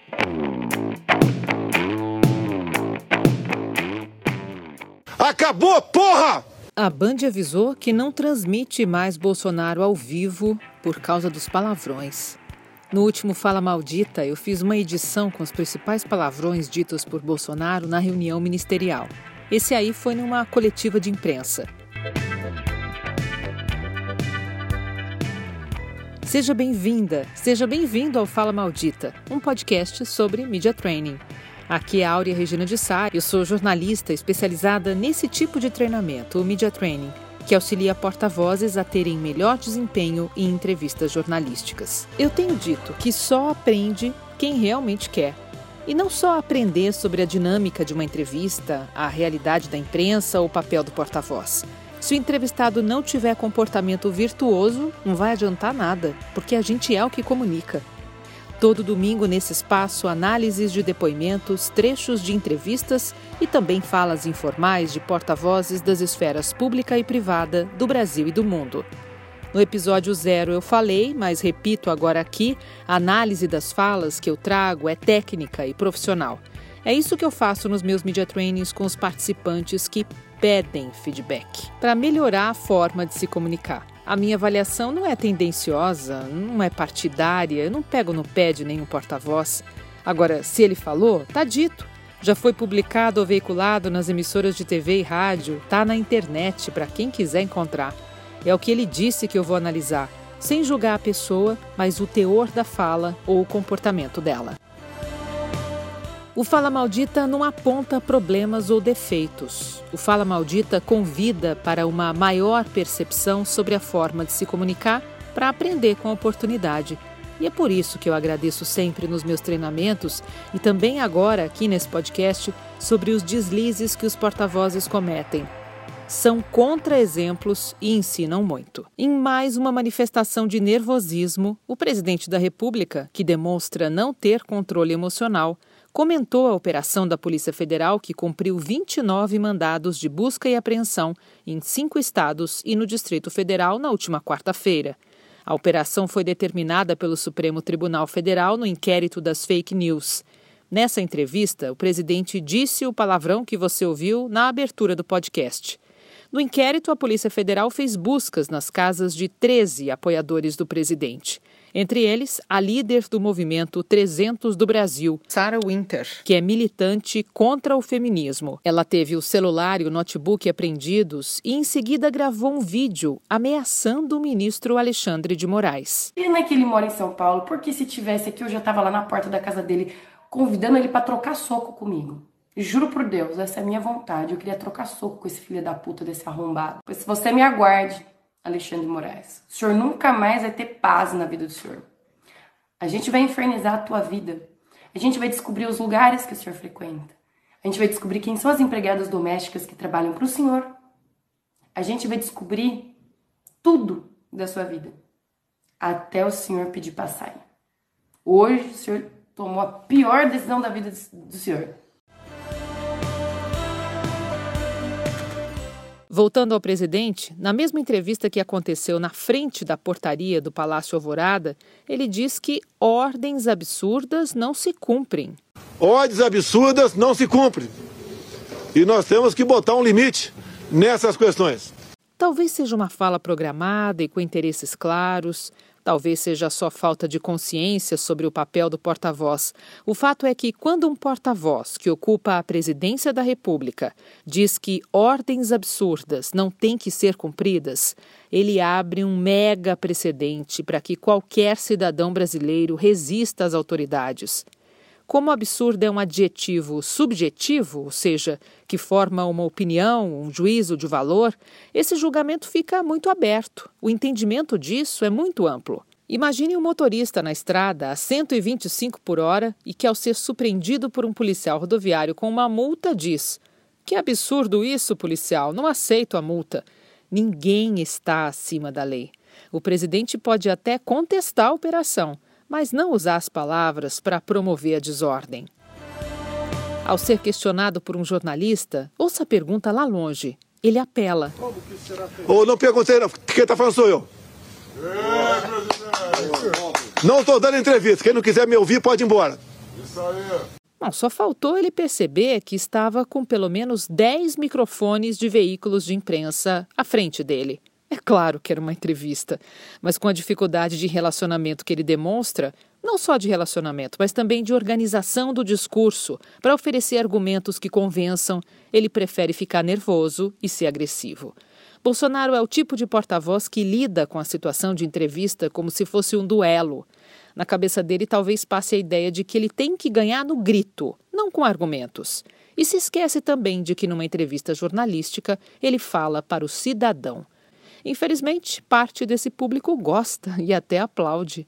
Acabou, porra! A Band avisou que não transmite mais Bolsonaro ao vivo por causa dos palavrões. No último Fala Maldita, eu fiz uma edição com os principais palavrões ditos por Bolsonaro na reunião ministerial. Esse aí foi numa coletiva de imprensa. Seja bem-vinda, seja bem-vindo ao Fala Maldita, um podcast sobre Media Training. Aqui é a Áurea Regina de Sá, eu sou jornalista especializada nesse tipo de treinamento, o Media Training, que auxilia porta-vozes a terem melhor desempenho em entrevistas jornalísticas. Eu tenho dito que só aprende quem realmente quer. E não só aprender sobre a dinâmica de uma entrevista, a realidade da imprensa ou o papel do porta-voz. Se o entrevistado não tiver comportamento virtuoso, não vai adiantar nada, porque a gente é o que comunica. Todo domingo, nesse espaço, análises de depoimentos, trechos de entrevistas e também falas informais de porta-vozes das esferas pública e privada do Brasil e do mundo. No episódio 0 eu falei, mas repito agora aqui, a análise das falas que eu trago é técnica e profissional. É isso que eu faço nos meus media trainings com os participantes que pedem feedback, para melhorar a forma de se comunicar. A minha avaliação não é tendenciosa, não é partidária, eu não pego no pé de nenhum porta-voz. Agora, se ele falou, tá dito. Já foi publicado ou veiculado nas emissoras de TV e rádio, tá na internet para quem quiser encontrar. É o que ele disse que eu vou analisar, sem julgar a pessoa, mas o teor da fala ou o comportamento dela. O Fala Maldita não aponta problemas ou defeitos. O Fala Maldita convida para uma maior percepção sobre a forma de se comunicar para aprender com a oportunidade. E é por isso que eu agradeço sempre nos meus treinamentos e também agora aqui nesse podcast sobre os deslizes que os porta-vozes cometem. São contra-exemplos e ensinam muito. Em mais uma manifestação de nervosismo, o presidente da República, que demonstra não ter controle emocional, comentou a operação da Polícia Federal que cumpriu 29 mandados de busca e apreensão em 5 estados e no Distrito Federal na última quarta-feira. A operação foi determinada pelo Supremo Tribunal Federal no inquérito das fake news. Nessa entrevista, o presidente disse o palavrão que você ouviu na abertura do podcast. No inquérito, a Polícia Federal fez buscas nas casas de 13 apoiadores do presidente. Entre eles, a líder do movimento 300 do Brasil, Sarah Winter, que é militante contra o feminismo. Ela teve o celular e o notebook apreendidos e, em seguida, gravou um vídeo ameaçando o ministro Alexandre de Moraes. Pena que ele mora em São Paulo, porque se tivesse aqui, eu já estava lá na porta da casa dele, convidando ele para trocar soco comigo. Juro por Deus, essa é a minha vontade. Eu queria trocar soco com esse filho da puta, desse arrombado. Pois se você me aguarde, Alexandre de Moraes, o senhor nunca mais vai ter paz na vida do senhor. A gente vai infernizar a tua vida. A gente vai descobrir os lugares que o senhor frequenta. A gente vai descobrir quem são as empregadas domésticas que trabalham para o senhor. A gente vai descobrir tudo da sua vida. Até o senhor pedir para sair. Hoje o senhor tomou a pior decisão da vida do senhor. Voltando ao presidente, na mesma entrevista que aconteceu na frente da portaria do Palácio Alvorada, ele diz que ordens absurdas não se cumprem. Ordens absurdas não se cumprem. E nós temos que botar um limite nessas questões. Talvez seja uma fala programada e com interesses claros. Talvez seja só falta de consciência sobre o papel do porta-voz. O fato é que quando um porta-voz que ocupa a presidência da República diz que ordens absurdas não têm que ser cumpridas, ele abre um mega precedente para que qualquer cidadão brasileiro resista às autoridades. Como absurdo é um adjetivo subjetivo, ou seja, que forma uma opinião, um juízo de valor, esse julgamento fica muito aberto. O entendimento disso é muito amplo. Imagine um motorista na estrada a 125 por hora e que, ao ser surpreendido por um policial rodoviário com uma multa, diz: "Que absurdo isso, policial, não aceito a multa." Ninguém está acima da lei. O presidente pode até contestar a operação, mas não usar as palavras para promover a desordem. Ao ser questionado por um jornalista, ouça a pergunta lá longe. Ele apela. Não perguntei, não. Quem está falando sou eu. Não estou dando entrevista. Quem não quiser me ouvir pode ir embora. Isso aí. Não, só faltou ele perceber que estava com pelo menos 10 microfones de veículos de imprensa à frente dele. É claro que era uma entrevista, mas com a dificuldade de relacionamento que ele demonstra, não só de relacionamento, mas também de organização do discurso, para oferecer argumentos que convençam, ele prefere ficar nervoso e ser agressivo. Bolsonaro é o tipo de porta-voz que lida com a situação de entrevista como se fosse um duelo. Na cabeça dele, talvez passe a ideia de que ele tem que ganhar no grito, não com argumentos. E se esquece também de que numa entrevista jornalística ele fala para o cidadão. Infelizmente, parte desse público gosta e até aplaude.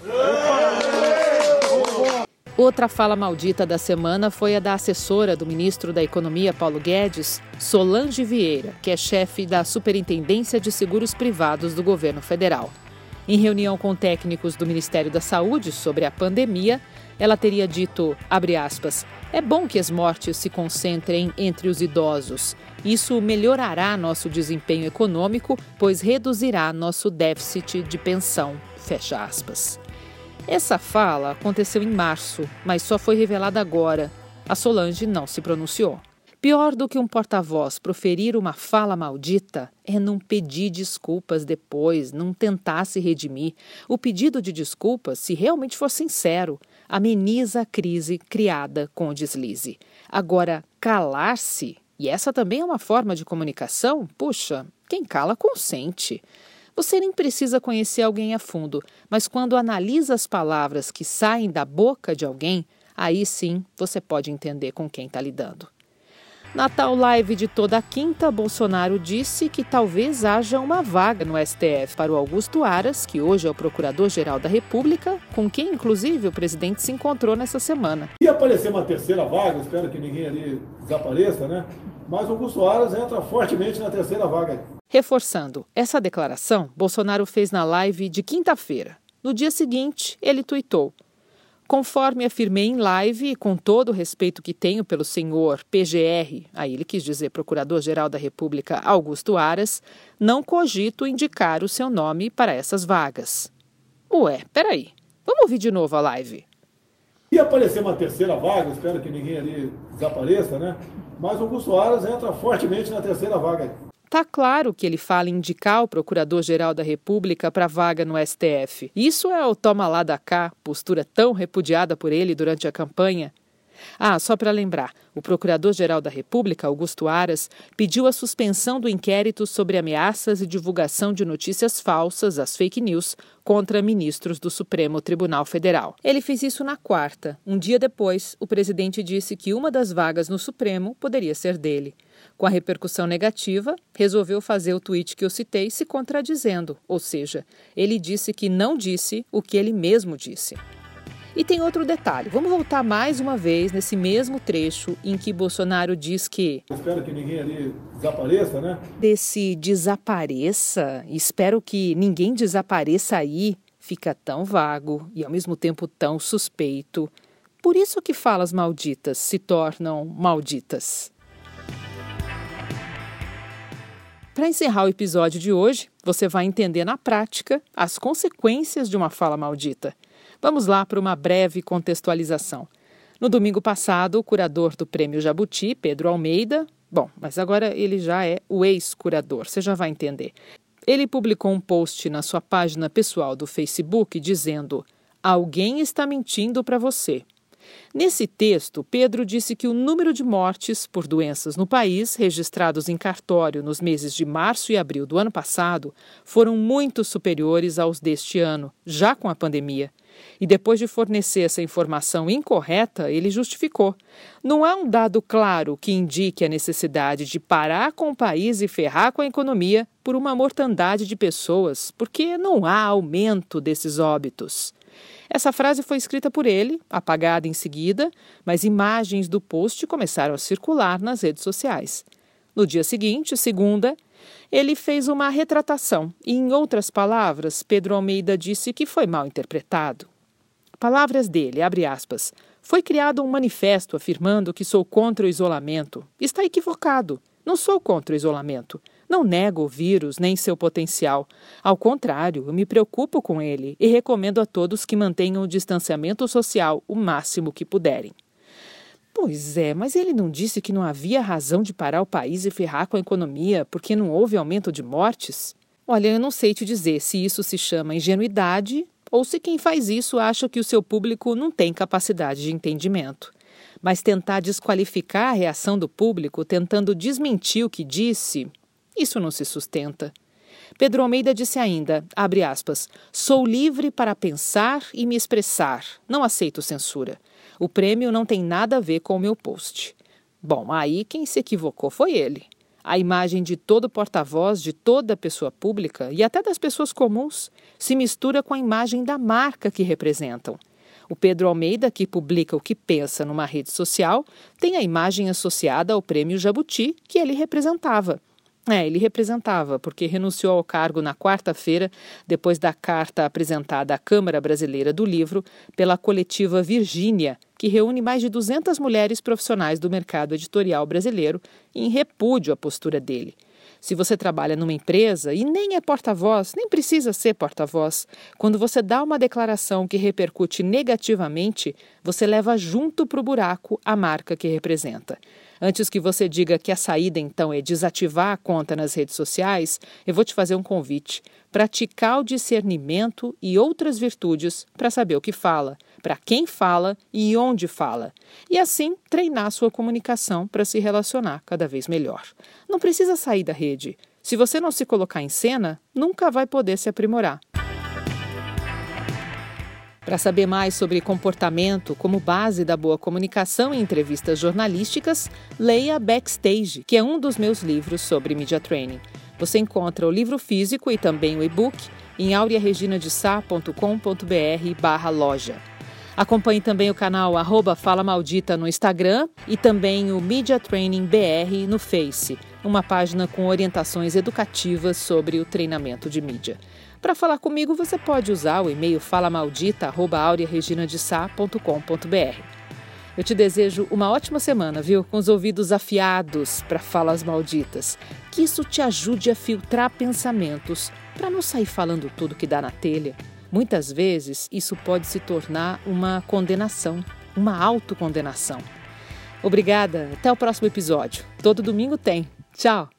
Outra fala maldita da semana foi a da assessora do ministro da Economia, Paulo Guedes, Solange Vieira, que é chefe da Superintendência de Seguros Privados do governo federal. Em reunião com técnicos do Ministério da Saúde sobre a pandemia, ela teria dito, abre aspas, é bom que as mortes se concentrem entre os idosos. Isso melhorará nosso desempenho econômico, pois reduzirá nosso déficit de pensão, fecha aspas. Essa fala aconteceu em março, mas só foi revelada agora. A Solange não se pronunciou. Pior do que um porta-voz proferir uma fala maldita é não pedir desculpas depois, não tentar se redimir. O pedido de desculpas, se realmente for sincero, ameniza a crise criada com o deslize. Agora, calar-se, e essa também é uma forma de comunicação, puxa, quem cala consente. Você nem precisa conhecer alguém a fundo, mas quando analisa as palavras que saem da boca de alguém, aí sim você pode entender com quem está lidando. Na tal live de toda a quinta, Bolsonaro disse que talvez haja uma vaga no STF para o Augusto Aras, que hoje é o Procurador-Geral da República, com quem, inclusive, o presidente se encontrou nessa semana. E aparecer uma terceira vaga, espero que ninguém ali desapareça, né? Mas o Augusto Aras entra fortemente na terceira vaga. Reforçando essa declaração, Bolsonaro fez na live de quinta-feira. No dia seguinte, ele tuitou: conforme afirmei em live e com todo o respeito que tenho pelo senhor PGR, aí ele quis dizer Procurador-Geral da República Augusto Aras, não cogito indicar o seu nome para essas vagas. Ué, peraí, vamos ouvir de novo a live. E aparecer uma terceira vaga, espero que ninguém ali desapareça, né? Mas o Augusto Aras entra fortemente na terceira vaga. Tá claro que ele fala em indicar o Procurador-Geral da República para vaga no STF. Isso é o toma lá da cá, postura tão repudiada por ele durante a campanha. Só para lembrar, o Procurador-Geral da República, Augusto Aras, pediu a suspensão do inquérito sobre ameaças e divulgação de notícias falsas, as fake news, contra ministros do Supremo Tribunal Federal. Ele fez isso na quarta. Um dia depois, o presidente disse que uma das vagas no Supremo poderia ser dele. Com a repercussão negativa, resolveu fazer o tweet que eu citei se contradizendo, ou seja, ele disse que não disse o que ele mesmo disse. E tem outro detalhe, vamos voltar mais uma vez nesse mesmo trecho em que Bolsonaro diz que... Espero que ninguém ali desapareça, né? Desse desapareça, espero que ninguém desapareça aí, fica tão vago e ao mesmo tempo tão suspeito. Por isso que falas malditas se tornam malditas. Para encerrar o episódio de hoje, você vai entender na prática as consequências de uma fala maldita. Vamos lá para uma breve contextualização. No domingo passado, o curador do Prêmio Jabuti, Pedro Almeida, mas agora ele já é o ex-curador, você já vai entender. Ele publicou um post na sua página pessoal do Facebook dizendo: alguém está mentindo para você. Nesse texto, Pedro disse que o número de mortes por doenças no país, registrados em cartório nos meses de março e abril do ano passado, foram muito superiores aos deste ano, já com a pandemia. E depois de fornecer essa informação incorreta, ele justificou. Não há um dado claro que indique a necessidade de parar com o país e ferrar com a economia por uma mortandade de pessoas, porque não há aumento desses óbitos. Essa frase foi escrita por ele, apagada em seguida, mas imagens do post começaram a circular nas redes sociais. No dia seguinte, segunda, ele fez uma retratação e, em outras palavras, Pedro Almeida disse que foi mal interpretado. Palavras dele, abre aspas, foi criado um manifesto afirmando que sou contra o isolamento. Está equivocado. Não sou contra o isolamento. Não nego o vírus nem seu potencial. Ao contrário, eu me preocupo com ele e recomendo a todos que mantenham o distanciamento social o máximo que puderem. Pois é, mas ele não disse que não havia razão de parar o país e ferrar com a economia porque não houve aumento de mortes? Olha, eu não sei te dizer se isso se chama ingenuidade ou se quem faz isso acha que o seu público não tem capacidade de entendimento. Mas tentar desqualificar a reação do público, tentando desmentir o que disse, isso não se sustenta. Pedro Almeida disse ainda, abre aspas, sou livre para pensar e me expressar, não aceito censura. O prêmio não tem nada a ver com o meu post. Bom, aí quem se equivocou foi ele. A imagem de todo porta-voz, de toda pessoa pública e até das pessoas comuns se mistura com a imagem da marca que representam. O Pedro Almeida, que publica o que pensa numa rede social, tem a imagem associada ao prêmio Jabuti que ele representava. Ele representava, porque renunciou ao cargo na quarta-feira, depois da carta apresentada à Câmara Brasileira do Livro pela coletiva Virgínia, que reúne mais de 200 mulheres profissionais do mercado editorial brasileiro, em repúdio à postura dele. Se você trabalha numa empresa e nem é porta-voz, nem precisa ser porta-voz, quando você dá uma declaração que repercute negativamente, você leva junto para o buraco a marca que representa. Antes que você diga que a saída, então, é desativar a conta nas redes sociais, eu vou te fazer um convite. Praticar o discernimento e outras virtudes para saber o que fala, para quem fala e onde fala. E assim, treinar sua comunicação para se relacionar cada vez melhor. Não precisa sair da rede. Se você não se colocar em cena, nunca vai poder se aprimorar. Para saber mais sobre comportamento como base da boa comunicação em entrevistas jornalísticas, leia Backstage, que é um dos meus livros sobre media training. Você encontra o livro físico e também o e-book em auriareginadesá.com.br/loja. Acompanhe também o canal @FalaMaldita no Instagram e também o Media Training BR no Face, uma página com orientações educativas sobre o treinamento de mídia. Para falar comigo, você pode usar o e-mail falamaldita@auriareginadesá.com.br. Eu te desejo uma ótima semana, viu? Com os ouvidos afiados para falas malditas. Que isso te ajude a filtrar pensamentos, para não sair falando tudo que dá na telha. Muitas vezes, isso pode se tornar uma condenação, uma autocondenação. Obrigada, até o próximo episódio. Todo domingo tem. Tchau!